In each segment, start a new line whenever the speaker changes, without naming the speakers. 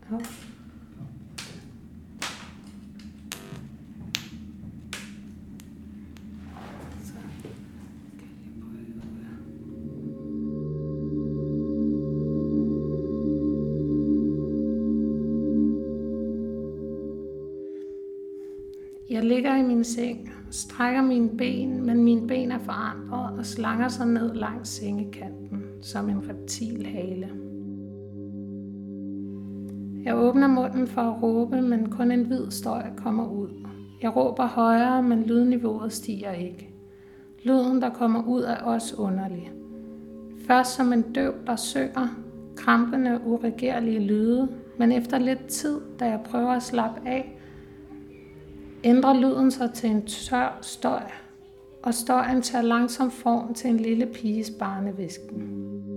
Ja. Jeg ligger i min seng, strækker mine ben, men mine ben er forandret og slanger sig ned langs sengekanten som en reptilhale. Jeg åbner munden for at råbe, men kun en hvid støj kommer ud. Jeg råber højere, men lydniveauet stiger ikke. Lyden, der kommer ud, er også underlig. Først som en døv, der synger, krampende, uregerlige lyde, men efter lidt tid, da jeg prøver at slappe af, ændrer lyden sig til en tør støj, og støjen tager langsom form til en lille piges barnehvisken.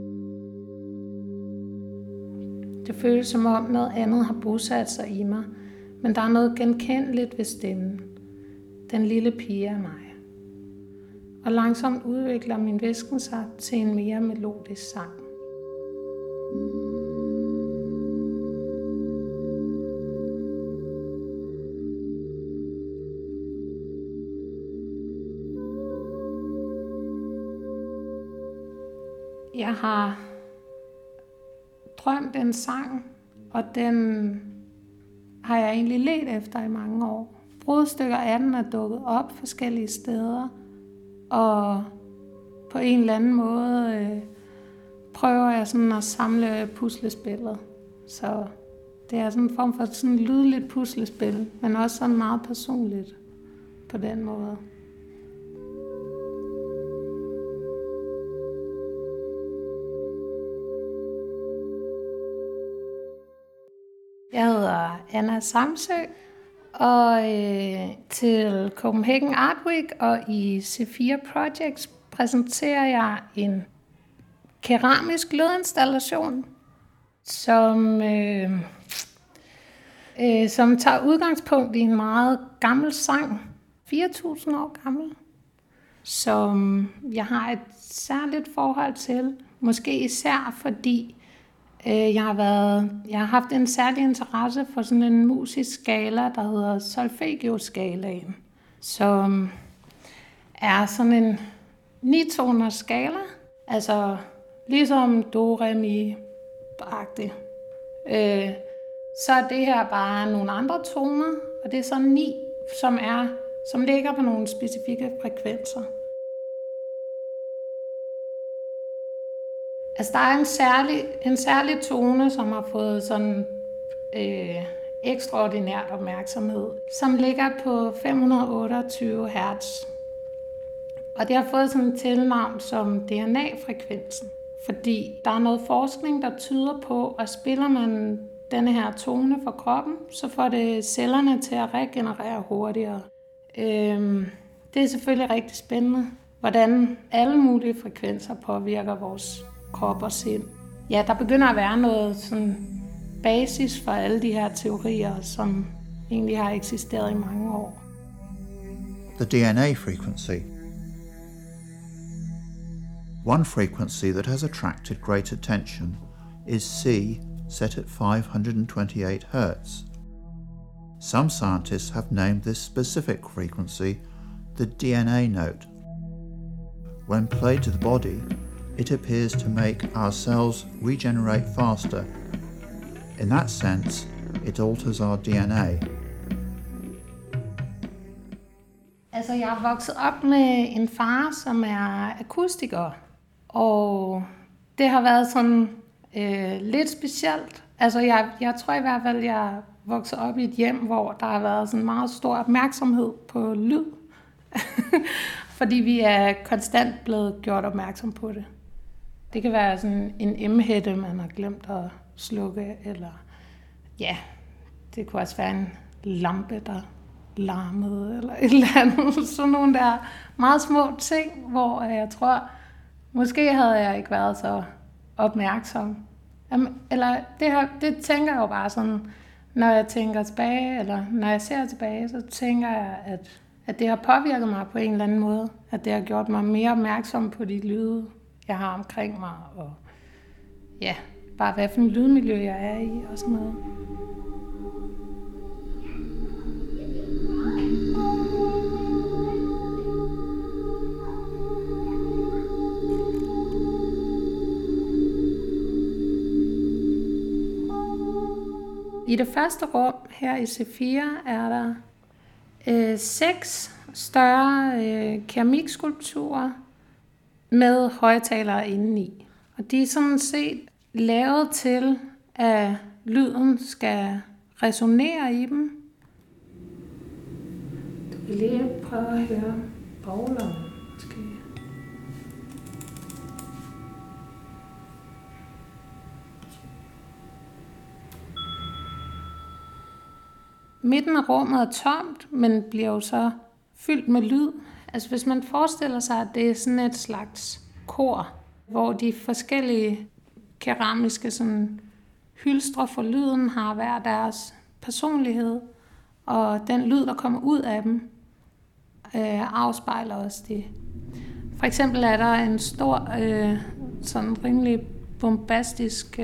Det føles som om noget andet har bosat sig i mig, men der er noget genkendeligt ved stemmen. Den lille pige er mig. Og langsomt udvikler min hvisken sig til en mere melodisk sang. Jeg har drømt en sang, og den har jeg egentlig ledt efter i mange år. Brudstykker af den er dukket op forskellige steder, og på en eller anden måde prøver jeg sådan at samle puslespillet. Så det er sådan en form for sådan et lydligt puslespil, men også sådan meget personligt på den måde. Jeg hedder Anna Samsø, og til Copenhagen Art Week og i C4 Projects præsenterer jeg en keramisk lydinstallation, som tager udgangspunkt i en meget gammel sang, 4.000 år gammel, som jeg har et særligt forhold til, måske især fordi jeg har haft en særlig interesse for sådan en musisk skala, der hedder solfeggio-skalaen, som er sådan en 9-toners skala, altså ligesom do, re, mi-agtigt. Så er det her bare nogle andre toner, og det er så 9, som ligger på nogle specifikke frekvenser. Altså, der er en særlig tone, som har fået sådan ekstraordinært opmærksomhed, som ligger på 528 Hz. Og det har fået sådan et tilnavn som DNA-frekvensen, fordi der er noget forskning, der tyder på, at spiller man denne her tone for kroppen, så får det cellerne til at regenerere hurtigere. Det er selvfølgelig rigtig spændende, hvordan alle mulige frekvenser påvirker vores krop og sind. Ja, der begynder at være noget sådan basis for alle de her teorier, som egentlig har eksisteret i mange år.
The DNA frequency. One frequency that has attracted great attention is C, set at 528 Hz. Some scientists have named this specific frequency the DNA note. When played to the body, it appears to make our cells regenerate faster. In that sense, it alters our DNA.
Altså, jeg er vokset op med en far, som er akustiker, og det har været sådan lidt specielt. Altså, jeg tror i hvert fald, jeg er vokset op i et hjem, hvor der har været sådan meget stor opmærksomhed på lyd. Fordi vi er konstant blevet gjort opmærksom på det. Det kan være sådan en emhætte, man har glemt at slukke, eller ja, det kunne også være en lampe, der larmede, eller et eller andet. Sådan nogle der meget små ting, hvor jeg tror, måske havde jeg ikke været så opmærksom. Eller det tænker jeg jo bare sådan, når jeg tænker tilbage, eller når jeg ser tilbage, så tænker jeg, at det har påvirket mig på en eller anden måde. At det har gjort mig mere opmærksom på de lyde, jeg har omkring mig. Og ja, bare hvad for en lydmiljø jeg er i og sådan noget. I det første rum her i C4 er der 6 større keramikskulpturer med højtalere indeni. Og de er sådan set lavet til, at lyden skal resonere i dem. Du kan lige prøve at høre boglerne måske. Midten af rummet er tomt, men bliver jo så fyldt med lyd. Altså hvis man forestiller sig, at det er sådan et slags kor, hvor de forskellige keramiske sådan, hylstre for lyden har hver deres personlighed, og den lyd, der kommer ud af dem, afspejler også det. For eksempel er der en stor, sådan rimelig bombastisk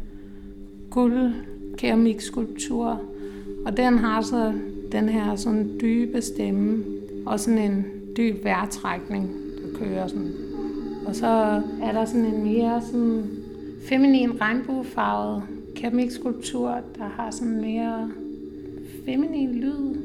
guldkeramikskulptur, og den har så den her sådan dybe stemme, og sådan en dyb vejrtrækning, der kører sådan. Og så er der sådan en mere sådan feminin regnbuefarvet keramikskulptur, der har sådan mere feminin lyd.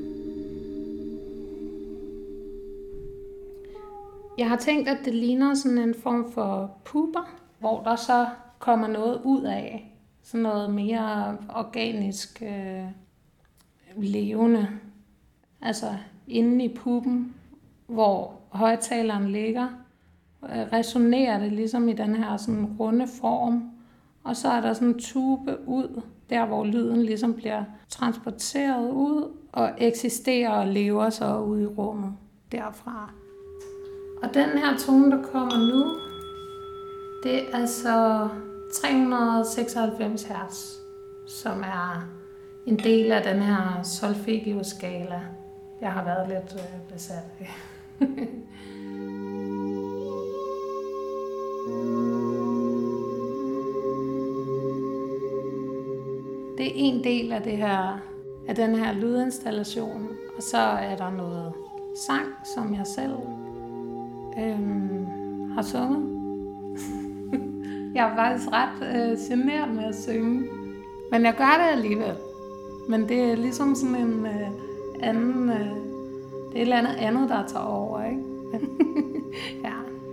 Jeg har tænkt, at det ligner sådan en form for puber, hvor der så kommer noget ud af. Sådan noget mere organisk levende. Altså inde i puben, hvor højtaleren ligger, resonerer det ligesom i den her sådan runde form. Og så er der sådan en tube ud, der hvor lyden ligesom bliver transporteret ud og eksisterer og lever så ude i rummet derfra. Og den her tone, der kommer nu, det er altså 396 Hz, som er en del af den her solfeggio-skala, jeg har været lidt besat af. Det er en del af af den her lydinstallation, og så er der noget sang, som jeg selv har sunget. Jeg er faktisk ret genert med at synge, men jeg gør det alligevel. Men det er ligesom sådan en anden, det er et eller andet, der tager over, ikke? Ja.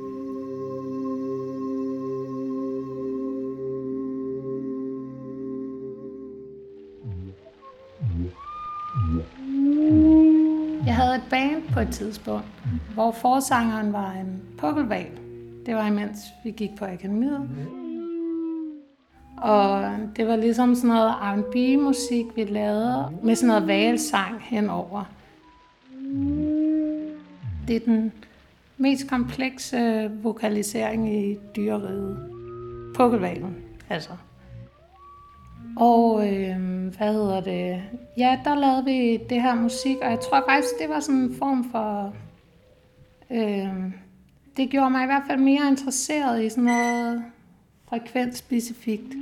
Jeg havde et band på et tidspunkt, hvor forsangeren var en pukkelhval. Det var imens vi gik på akademiet. Og det var ligesom sådan noget R&B-musik, vi lavede med sådan noget hvalsang henover. Det er den mest komplekse vokalisering i dyreriget. Pukkelhvalen, altså. Og ja, der lavede vi det her musik, og jeg tror faktisk, det var sådan en form for... det gjorde mig i hvert fald mere interesseret i sådan noget frekvensspecifikt.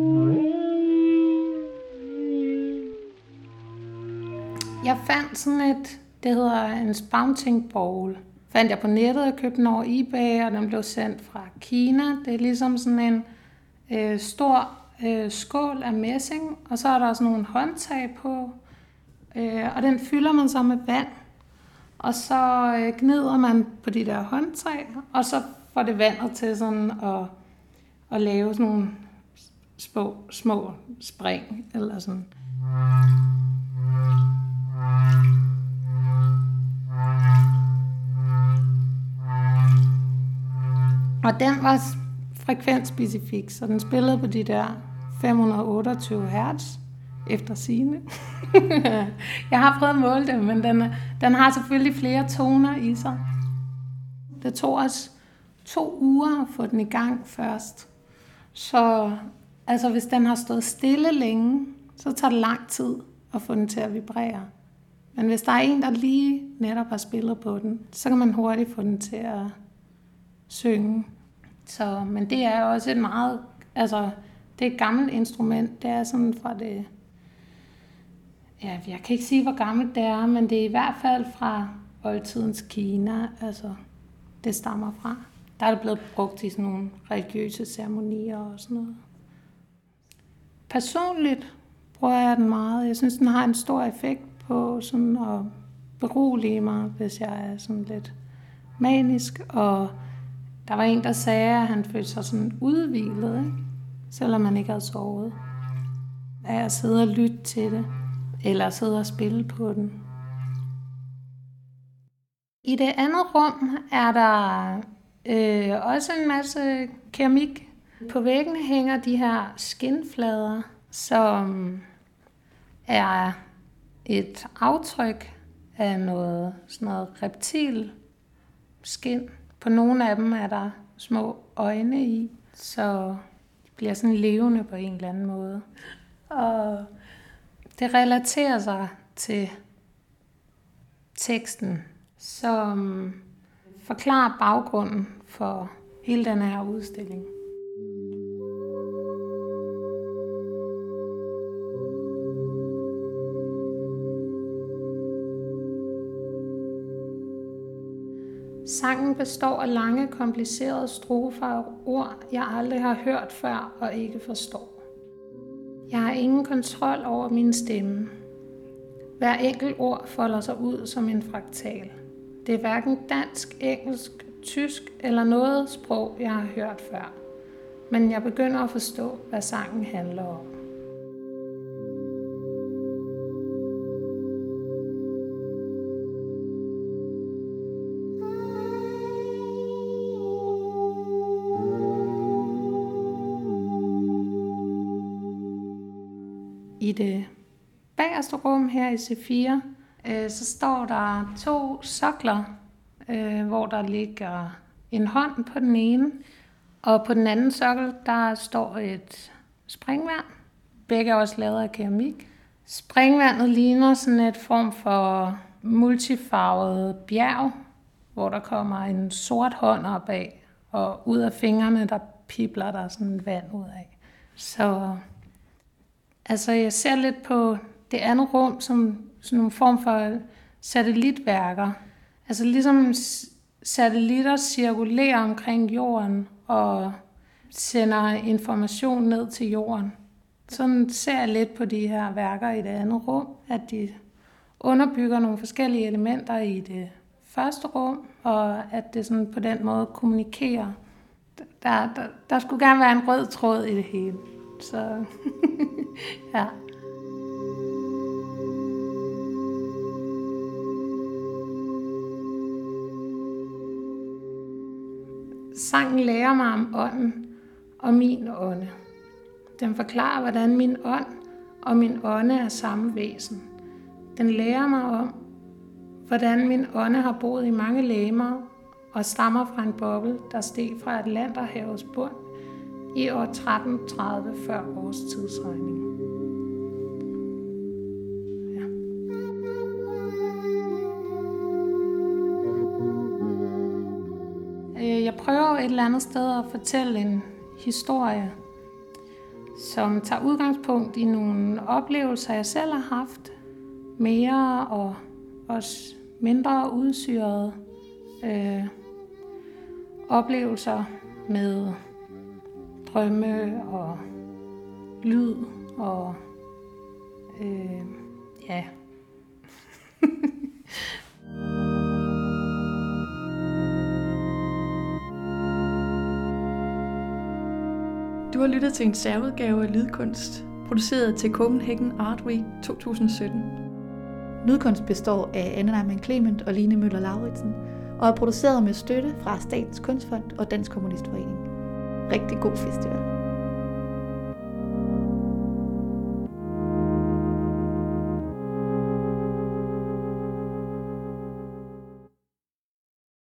Jeg fandt sådan det hedder en spouting bowl. Fandt jeg på nettet og købte den over eBay, og den blev sendt fra Kina. Det er ligesom sådan en stor skål af messing, og så er der sådan nogle håndtag på, og den fylder man så med vand, og så gnider man på de der håndtag, og så får det vandet til sådan at lave sådan nogle små spring, eller sådan. Og den var frekvensspecifik, så den spillede på de der 528 Hz efter sigende. Jeg har prøvet at måle det, men den har selvfølgelig flere toner i sig. Det tog os 2 uger at få den i gang først. Så altså, hvis den har stået stille længe, så tager det lang tid at få den til at vibrere. Men hvis der er en, der lige netop har spillet på den, så kan man hurtigt få den til at synge. Så, men det er også et meget Det er et gammelt instrument. Det er sådan fra det... Ja, jeg kan ikke sige, hvor gammelt det er, men det er i hvert fald fra oldtidens Kina. Altså, det stammer fra. Der er det blevet brugt i sådan nogle religiøse ceremonier og sådan noget. Personligt bruger jeg den meget. Jeg synes, den har en stor effekt på sådan at berolige mig, hvis jeg er sådan lidt manisk. Og der var en, der sagde, at han følte sig sådan udhvilet, ikke? Selvom man ikke havde sovet. Af at sidde og lytte til det, eller sidde og spille på den. I det andet rum er der også en masse keramik. På væggene hænger de her skinflader, som er et aftryk af sådan noget reptilskin. På nogle af dem er der små øjne i, så de bliver sådan levende på en eller anden måde. Og det relaterer sig til teksten, som forklarer baggrunden for hele den her udstilling. Sangen består af lange, komplicerede strofer og ord, jeg aldrig har hørt før og ikke forstår. Jeg har ingen kontrol over min stemme. Hver enkelt ord folder sig ud som en fraktal. Det er hverken dansk, engelsk, tysk eller noget sprog, jeg har hørt før. Men jeg begynder at forstå, hvad sangen handler om. I det bagerste rum her i C4, så står der 2 sokler, hvor der ligger en hånd på den ene, og på den anden sokkel, der står et springvand. Begge er også lavet af keramik. Springvandet ligner sådan et form for multifarvet bjerg, hvor der kommer en sort hånd opad, og ud af fingrene, der pibler der sådan vand ud af. Så altså, jeg ser lidt på det andet rum som sådan en form for satellitværker. Altså ligesom satellitter cirkulerer omkring jorden og sender information ned til jorden. Sådan ser jeg lidt på de her værker i det andet rum, at de underbygger nogle forskellige elementer i det første rum, og at det sådan på den måde kommunikerer. Der skulle gerne være en rød tråd i det hele. Så ja. Sangen lærer mig om ånden og min ånde. Den forklarer, hvordan min ånd og min ånde er samme væsen. Den lærer mig om, hvordan min ånde har boet i mange legemer og stammer fra en boble, der steg fra Atlanterhavets bund i år 1330 før vores tidsregning. Ja. Jeg prøver et eller andet sted at fortælle en historie, som tager udgangspunkt i nogle oplevelser, jeg selv har haft. Mere og også mindre udsyrede oplevelser med drømme og lyd og ja.
Du har lyttet til en særudgave af Lydkunst, produceret til Copenhagen Art Week 2017.
Lydkunst består af Anne Neumann Clement og Line Møller Lauritsen, og er produceret med støtte fra Statens Kunstfond og Dansk Kommunistforening. Rigtig god festival.